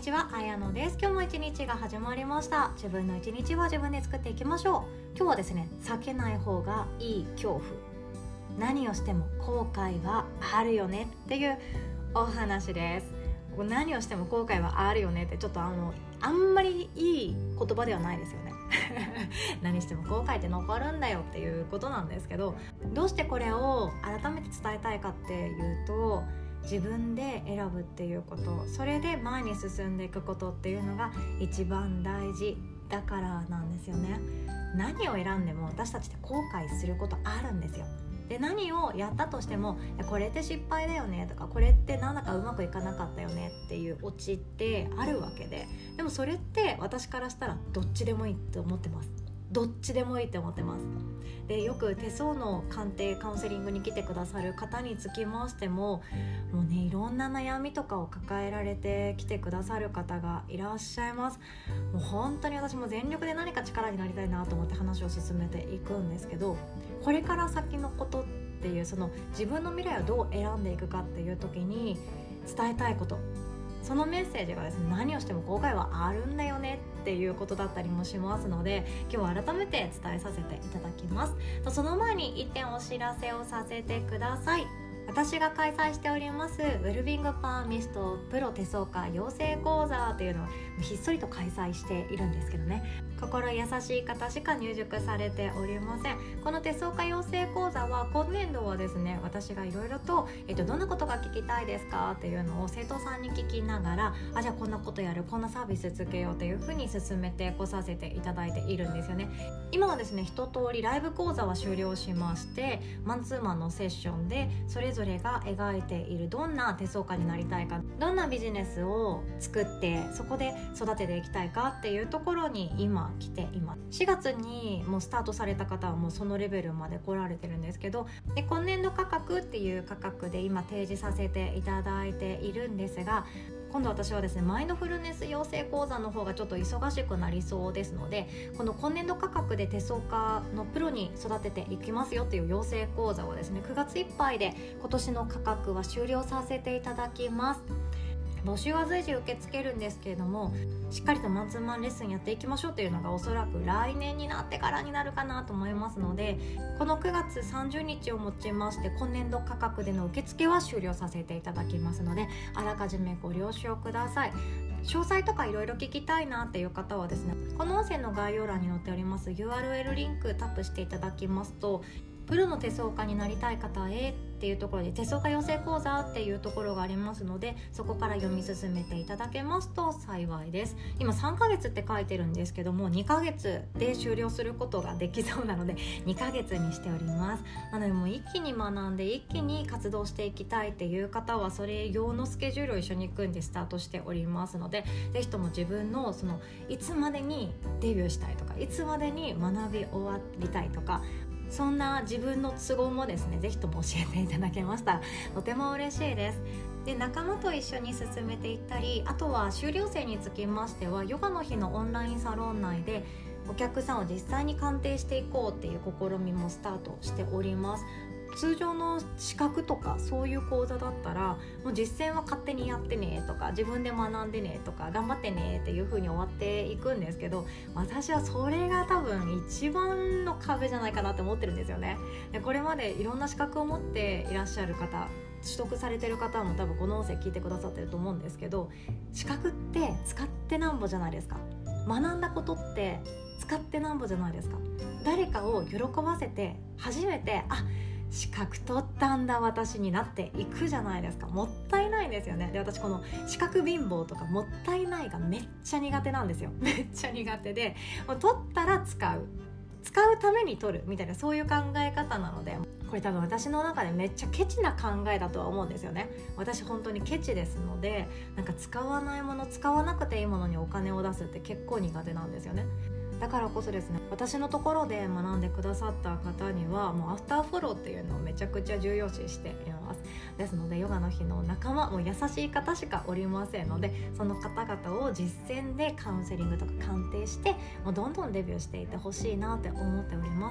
ちは、あやのです。今日も一日が始まりました。自分の一日は自分で作っていきましょう。今日はですね、避けない方がいい恐怖、何をしても後悔はあるよねっていうお話です。何をしても後悔はあるよねってちょっとあんまりいい言葉ではないですよね何しても後悔って残るんだよっていうことなんですけど、どうしてこれを改めて伝えたいかっていうと、自分で選ぶっていうこと、それで前に進んでいくことっていうのが一番大事だからなんですよね。何を選んでも私たちって後悔することあるんですよ。で、何をやったとしてもこれって失敗だよねとか、これってなんだかうまくいかなかったよねっていうオチってあるわけで、でもそれって私からしたらどっちでもいいって思ってます。どっちでもいいって思ってます。で、よく手相の鑑定カウンセリングに来てくださる方につきましても、もうね、いろんな悩みとかを抱えられて来てくださる方がいらっしゃいます。もう本当に私も全力で何か力になりたいなと思って話を進めていくんですけど、これから先のことっていう、その自分の未来をどう選んでいくかっていう時に伝えたいこと、そのメッセージがですね、何をしても後悔はあるんだよねっていうことだったりもしますので、今日は改めて伝えさせていただきます。その前に1点お知らせをさせてください。私が開催しておりますウェルビングパーミストプロ手相家養成講座というのをひっそりと開催しているんですけどね、心優しい方しか入塾されておりません。この手相家養成講座は今年度はですね、私がいろいろと、どんなことが聞きたいですかっていうのを生徒さんに聞きながら、じゃあこんなことやる、こんなサービスつけようというふうに進めてこさせていただいているんですよね。今はですね、一通りライブ講座は終了しまして、マンツーマンのセッションでそれぞれが描いているどんな手相家になりたいか、どんなビジネスを作ってそこで育てていきたいかっていうところに今来ています。4月にもうスタートされた方はもうそのレベルまで来られてるんですけど、で、今年度価格っていう価格で今提示させていただいているんですが、今度私はですね、マインドフルネス養成講座の方がちょっと忙しくなりそうですので、この今年度価格で手相家のプロに育てていきますよっていう養成講座はですね、9月いっぱいで今年の価格は終了させていただきます。募集は随時受け付けるんですけれども、しっかりとマンツーマンレッスンやっていきましょうというのがおそらく来年になってからになるかなと思いますので、この9月30日をもちまして今年度価格での受付は終了させていただきますので、あらかじめご了承ください。詳細とかいろいろ聞きたいなっていう方はですね、この音声の概要欄に載っております URL リンクタップしていただきますと、プロの手相家になりたい方へっていうところで手相家養成講座っていうところがありますので、そこから読み進めていただけますと幸いです。今3ヶ月って書いてるんですけども、2ヶ月で終了することができそうなので2ヶ月にしております。なのでもう一気に学んで一気に活動していきたいっていう方はそれ用のスケジュールを一緒に組んでスタートしておりますので、ぜひとも自分のそのいつまでにデビューしたいとか、いつまでに学び終わりたいとか、そんな自分の都合もですね、ぜひとも教えていただけましたらとても嬉しいです。で、仲間と一緒に進めていったり、あとは修了生につきましてはヨガの日のオンラインサロン内でお客さんを実際に鑑定していこうっていう試みもスタートしております。通常の資格とかそういう講座だったらもう実践は勝手にやってねとか、自分で学んでねとか、頑張ってねっていう風に終わっていくんですけど、私はそれが多分一番の壁じゃないかなって思ってるんですよね。で、これまでいろんな資格を持っていらっしゃる方、取得されてる方も多分この音声聞いてくださってると思うんですけど、資格って使ってなんぼじゃないですか。学んだことって使ってなんぼじゃないですか。誰かを喜ばせて初めて資格取ったんだ私になっていくじゃないですか。もったいないんですよね。で、私この資格貧乏とかもったいないがめっちゃ苦手なんですよ。めっちゃ苦手で、もう取ったら使うために取るみたいな、そういう考え方なので、これ多分私の中でめっちゃケチな考えだとは思うんですよね。私本当にケチですので、なんか使わないもの、使わなくていいものにお金を出すって結構苦手なんですよね。だからこそですね、私のところで学んでくださった方にはもうアフターフォローっていうのをめちゃくちゃ重要視しています。ですのでヨガの日の仲間、もう優しい方しかおりませんので、その方々を実践でカウンセリングとか鑑定して、もうどんどんデビューしていってほしいなって思っております。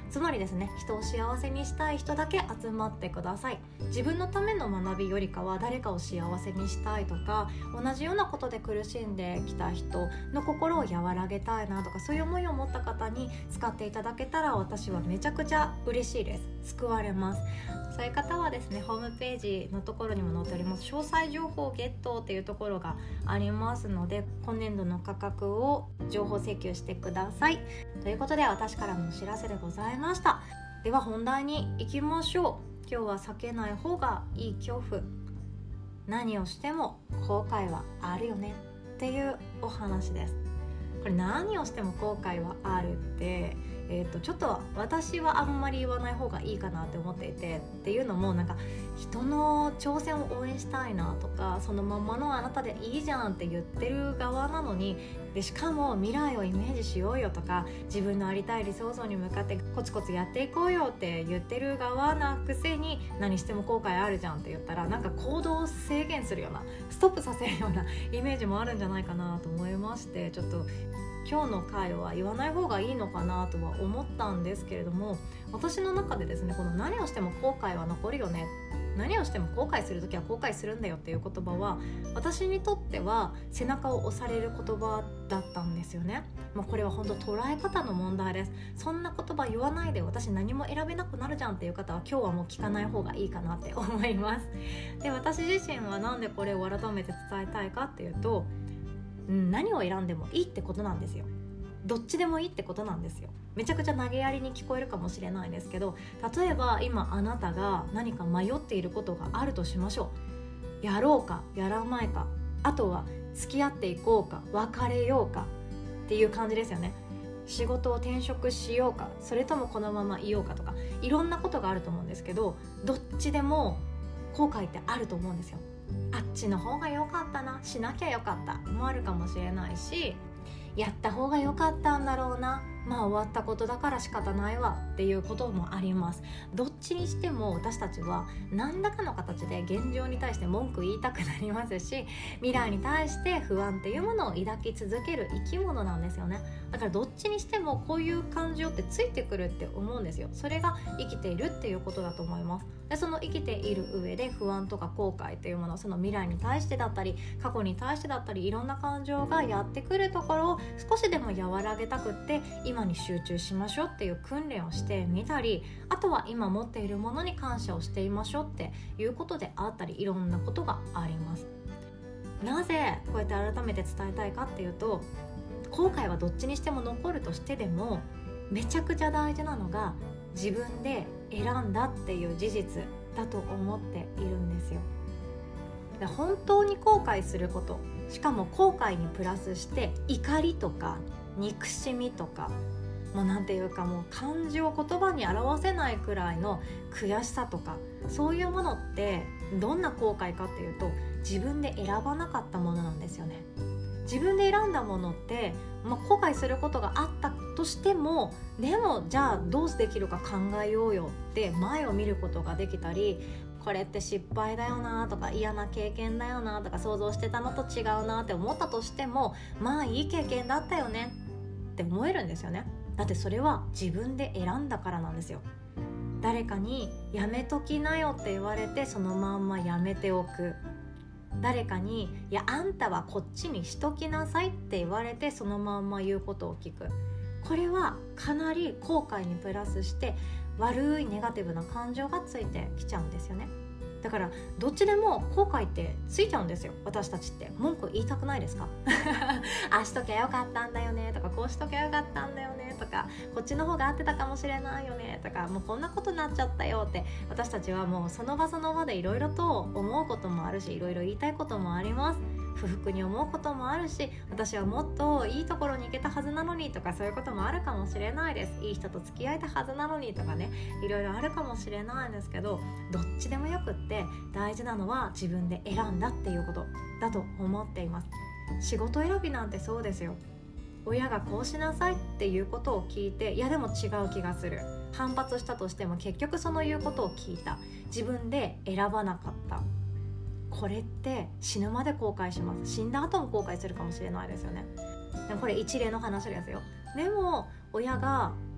つまりですね、人を幸せにしたい人だけ集まってください。自分のための学びよりかは誰かを幸せにしたいとか、同じようなことで苦しんできた人の心を和らげたいなとか、そういう思いを持った方に使っていただけたら私はめちゃくちゃ嬉しいです。救われます。そういう方はですね、ホームページのところにも載っております詳細情報ゲットっていうところがありますので、今年度の価格を情報請求してください。ということで、私からのお知らせでございました。では本題に行きましょう。今日は避けない方がいい恐怖、何をしても後悔はあるよねっていうお話です。これ何をしても後悔はあるってちょっと私はあんまり言わない方がいいかなって思っていて、っていうのもなんか人の挑戦を応援したいなとか、そのままのあなたでいいじゃんって言ってる側なのに、でしかも未来をイメージしようよとか、自分のありたい理想像に向かってコツコツやっていこうよって言ってる側なくせに、何しても後悔あるじゃんって言ったら、なんか行動を制限するような、ストップさせるようなイメージもあるんじゃないかなと思いまして、ちょっと今日の回は言わない方がいいのかなとは思ったんですけれども、私の中でですね、この何をしても後悔は残るよね、何をしても後悔するときは後悔するんだよっていう言葉は、私にとっては背中を押される言葉だったんですよね。これは本当捉え方の問題です。そんな言葉言わないで私何も選べなくなるじゃんっていう方は、今日はもう聞かない方がいいかなって思います。で、私自身はなんでこれを改めて伝えたいかっていうと、何を選んでもいいってことなんですよ。どっちでもいいってことなんですよ。めちゃくちゃ投げやりに聞こえるかもしれないですけど、例えば今あなたが何か迷っていることがあるとしましょう。やろうかやらないか、あとは付き合っていこうか別れようかっていう感じですよね。仕事を転職しようか、それともこのままいようかとか、いろんなことがあると思うんですけど、どっちでも後悔ってあると思うんですよ。あっちの方が良かったな、しなきゃ良かったもあるかもしれないし、やった方が良かったんだろうな、終わったことだから仕方ないわっていうこともあります。どっちにしても私たちは何らかの形で現状に対して文句言いたくなりますし、未来に対して不安っていうものを抱き続ける生き物なんですよね。だからどっちにしてもこういう感情ってついてくるって思うんですよ。それが生きているっていうことだと思います。で、その生きている上で不安とか後悔っていうもの、その未来に対してだったり過去に対してだったり、いろんな感情がやってくるところを少しでも和らげたくって、今に集中しましょうっていう訓練をしてみたり、あとは今持っているものに感謝をしていましょうっていうことであったり、いろんなことがあります。なぜこうやって改めて伝えたいかっていうと、後悔はどっちにしても残るとしてでも、めちゃくちゃ大事なのが自分で選んだっていう事実だと思っているんですよ。で、本当に後悔すること、しかも後悔にプラスして怒りとか憎しみとか、もうなんていうか、もう感情を言葉に表せないくらいの悔しさとか、そういうものってどんな後悔かっていうと、自分で選ばなかったものなんですよね。自分で選んだものって、後悔することがあったとしても、でもじゃあどうできるか考えようよって前を見ることができたり、これって失敗だよなとか、嫌な経験だよなとか、想像してたのと違うなって思ったとしても、いい経験だったよねって思えるんですよね。だってそれは自分で選んだからなんですよ。誰かにやめときなよって言われてそのまんまやめておく、誰かにいやあんたはこっちにしときなさいって言われてそのまんま言うことを聞く、これはかなり後悔にプラスして悪いネガティブな感情がついてきちゃうんですよね。だからどっちでも後悔ってついちゃうんですよ。私たちって文句言いたくないですかああしときゃよかったんだよねとか、こうしときゃよかったんだよねとか、こっちの方が合ってたかもしれないよねとか、もうこんなことになっちゃったよって、私たちはもうその場その場でいろいろと思うこともあるし、いろいろ言いたいこともあります。不服に思うこともあるし、私はもっといいところに行けたはずなのにとか、そういうこともあるかもしれないです。いい人と付き合えたはずなのにとかね、いろいろあるかもしれないんですけど、どっちでもよくって大事なのは自分で選んだっていうことだと思っています。仕事選びなんてそうですよ。親がこうしなさいっていうことを聞いて、いやでも違う気がする、反発したとしても結局その言うことを聞いた、自分で選ばなかった、これって死ぬまで後悔します。死んだ後も後悔するかもしれないですよね。でもこれ一例の話ですよ。でも親が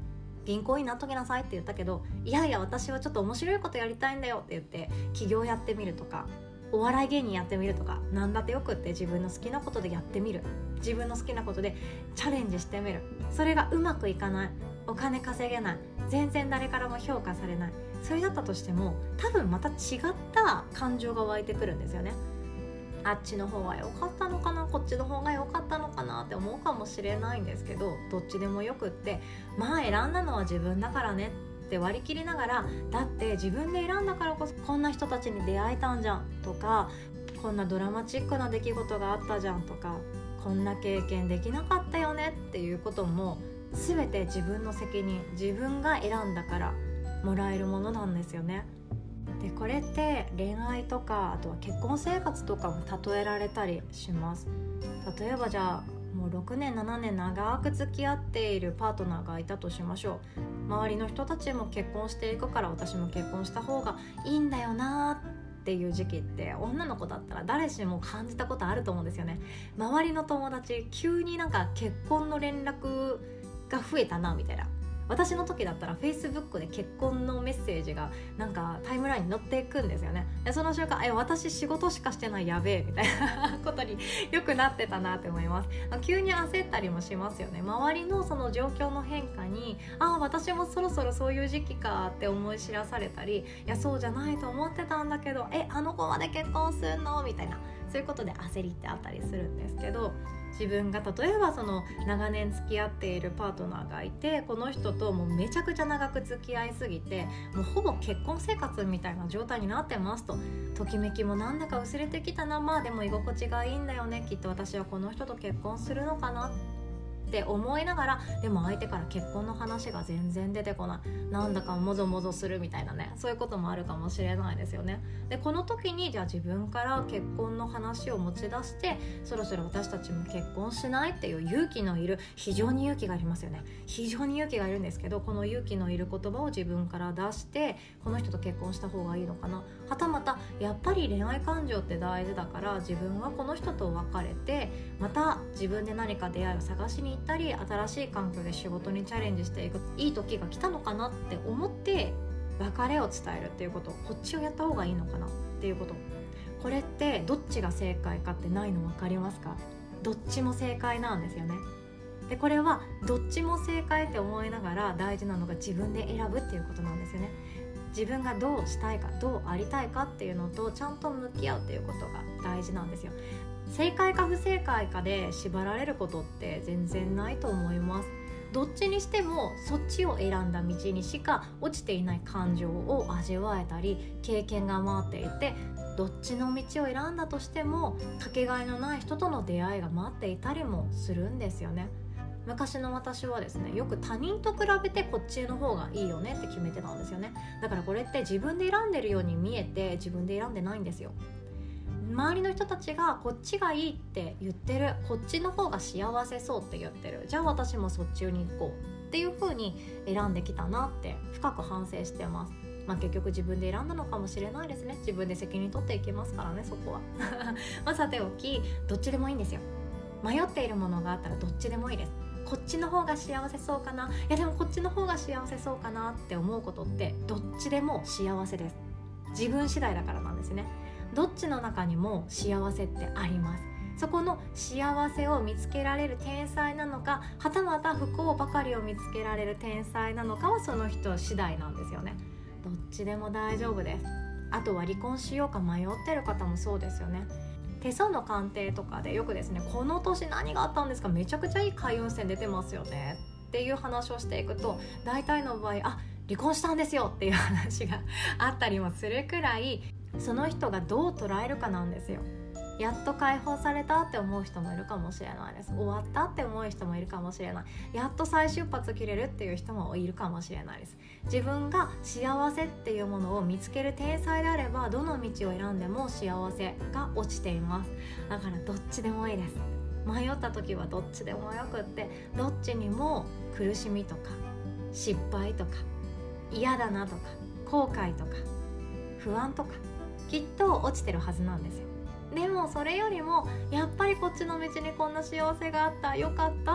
銀行員になっときなさいって言ったけど、いやいや私はちょっと面白いことやりたいんだよって言って起業やってみるとか、お笑い芸人やってみるとか、なんだってよくって自分の好きなことでやってみる、自分の好きなことでチャレンジしてみる。それがうまくいかない、お金稼げない、全然誰からも評価されない、それだったとしても多分また違った感情が湧いてくるんですよね。あっちの方が良かったのかな、こっちの方が良かったのかなって思うかもしれないんですけど、どっちでもよくって、まあ選んだのは自分だからねって割り切りながら、だって自分で選んだからこそこんな人たちに出会えたんじゃんとか、こんなドラマチックな出来事があったじゃんとか、こんな経験できなかったよねっていうことも全て自分の責任、自分が選んだからもらえるものなんですよね。でこれって恋愛とか、あとは結婚生活とかも例えられたりします。例えばじゃあもう6年7年長く付き合っているパートナーがいたとしましょう。周りの人たちも結婚していくから私も結婚した方がいいんだよなっていう時期って女の子だったら誰しも感じたことあると思うんですよね。周りの友達急になんか結婚の連絡が増えたなみたいな。私の時だったら Facebook で結婚のメッセージがなんかタイムラインに載っていくんですよね。でその瞬間私仕事しかしてないやべえみたいなことによくなってたなって思います。急に焦ったりもしますよね。周りのその状況の変化に私もそろそろそういう時期かって思い知らされたり、いやそうじゃないと思ってたんだけどあの子まで結婚すんのみたいな、そういうことで焦りってあったりするんですけど、自分が例えばその長年付き合っているパートナーがいて、この人ともうめちゃくちゃ長く付き合いすぎてもうほぼ結婚生活みたいな状態になってますと、ときめきもなんだか薄れてきたな、まあでも居心地がいいんだよね、きっと私はこの人と結婚するのかなって思いながら、でも相手から結婚の話が全然出てこない、なんだかもぞもぞするみたいなね、そういうこともあるかもしれないですよね。でこの時にじゃあ自分から結婚の話を持ち出して、そろそろ私たちも結婚しないっていう勇気のいる、非常に勇気がありますよね。非常に勇気がいるんですけど、この勇気のいる言葉を自分から出して、この人と結婚した方がいいのかな、はたまたやっぱり恋愛感情って大事だから自分はこの人と別れてまた自分で何か出会いを探しに行ったり、新しい環境で仕事にチャレンジしていくいい時が来たのかなって思って別れを伝えるっていうこと、こっちをやった方がいいのかなっていうこと、これってどっちが正解かってないの分かりますか？どっちも正解なんですよね。でこれはどっちも正解って思いながら大事なのが自分で選ぶっていうことなんですよね。自分がどうしたいか、どうありたいかっていうのとちゃんと向き合うっていうことが大事なんですよ。正解か不正解かで縛られることって全然ないと思います。どっちにしてもそっちを選んだ道にしか落ちていない感情を味わえたり、経験が待っていて、どっちの道を選んだとしてもかけがえのない人との出会いが待っていたりもするんですよね。昔の私はですね、よく他人と比べてこっちの方がいいよねって決めてたんですよね。だからこれって自分で選んでるように見えて自分で選んでないんですよ。周りの人たちがこっちがいいって言ってる、こっちの方が幸せそうって言ってる、じゃあ私もそっちに行こうっていう風に選んできたなって深く反省してます。結局自分で選んだのかもしれないですね。自分で責任取っていきますからね、そこはさておき、どっちでもいいんですよ。迷っているものがあったらどっちでもいいです。こっちの方が幸せそうかな、いやでもこっちの方が幸せそうかなって思うことってどっちでも幸せです。自分次第だからなんですね。どっちの中にも幸せってあります。そこの幸せを見つけられる天才なのか、はたまた不幸ばかりを見つけられる天才なのかはその人次第なんですよね。どっちでも大丈夫です。あとは離婚しようか迷ってる方もそうですよね。手相の鑑定とかでよくですね、この年何があったんですか、めちゃくちゃいい開運線出てますよねっていう話をしていくと、大体の場合離婚したんですよっていう話があったりもするくらい、その人がどう捉えるかなんですよ。やっと解放されたって思う人もいるかもしれないです。終わったって思う人もいるかもしれない。やっと再出発切れるっていう人もいるかもしれないです。自分が幸せっていうものを見つける天才であれば、どの道を選んでも幸せが落ちています。だからどっちでもいいです。迷った時はどっちでもよくって、どっちにも苦しみとか失敗とか嫌だなとか後悔とか不安とかきっと落ちてるはずなんですよ。でもそれよりもやっぱりこっちの道にこんな幸せがあった、よかったって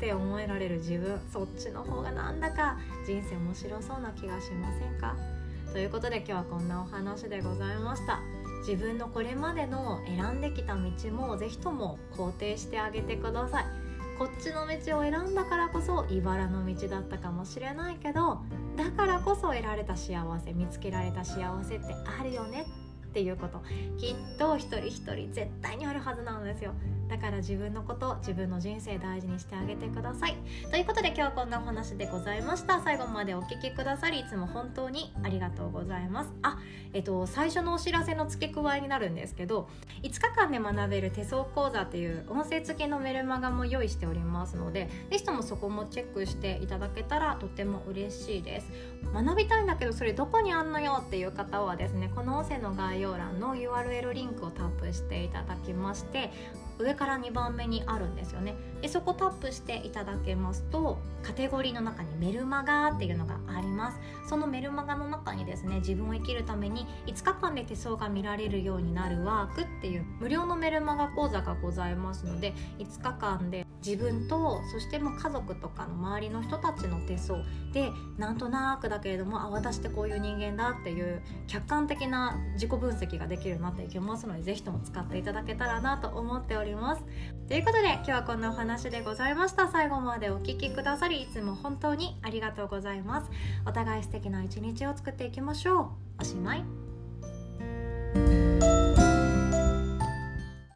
って思えられる自分、そっちの方がなんだか人生面白そうな気がしませんか？ということで今日はこんなお話でございました。自分のこれまでの選んできた道もぜひとも肯定してあげてください。こっちの道を選んだからこそ茨の道だったかもしれないけど、だからこそ得られた幸せ、見つけられた幸せってあるよねっていうこと、きっと一人一人絶対にあるはずなんですよ。だから自分のこと、自分の人生大事にしてあげてください。ということで今日はこんなお話でございました。最後までお聞きくださりいつも本当にありがとうございます。最初のお知らせの付け加えになるんですけど、5日間で学べる手相講座っていう音声付きのメルマガも用意しておりますので、ぜひともそこもチェックしていただけたらとても嬉しいです。学びたいんだけどそれどこにあんのよっていう方はですね、この音声の概要欄の URL リンクをタップしていただきまして、上から2番目にあるんですよね。でそこタップしていただけますと、カテゴリーの中にメルマガっていうのがあります。そのメルマガの中にですね、自分を生きるために5日間で手相が見られるようになるワークっていう無料のメルマガ講座がございますので、5日間で自分とそしてもう家族とかの周りの人たちの手相で、なんとなくだけれども私ってこういう人間だっていう客観的な自己分析ができるようになっていきますので、ぜひとも使っていただけたらなと思っております。ということで今日はこんなお話でございました。最後までお聞きくださりいつも本当にありがとうございます。お互い素敵な一日を作っていきましょう。おしまい。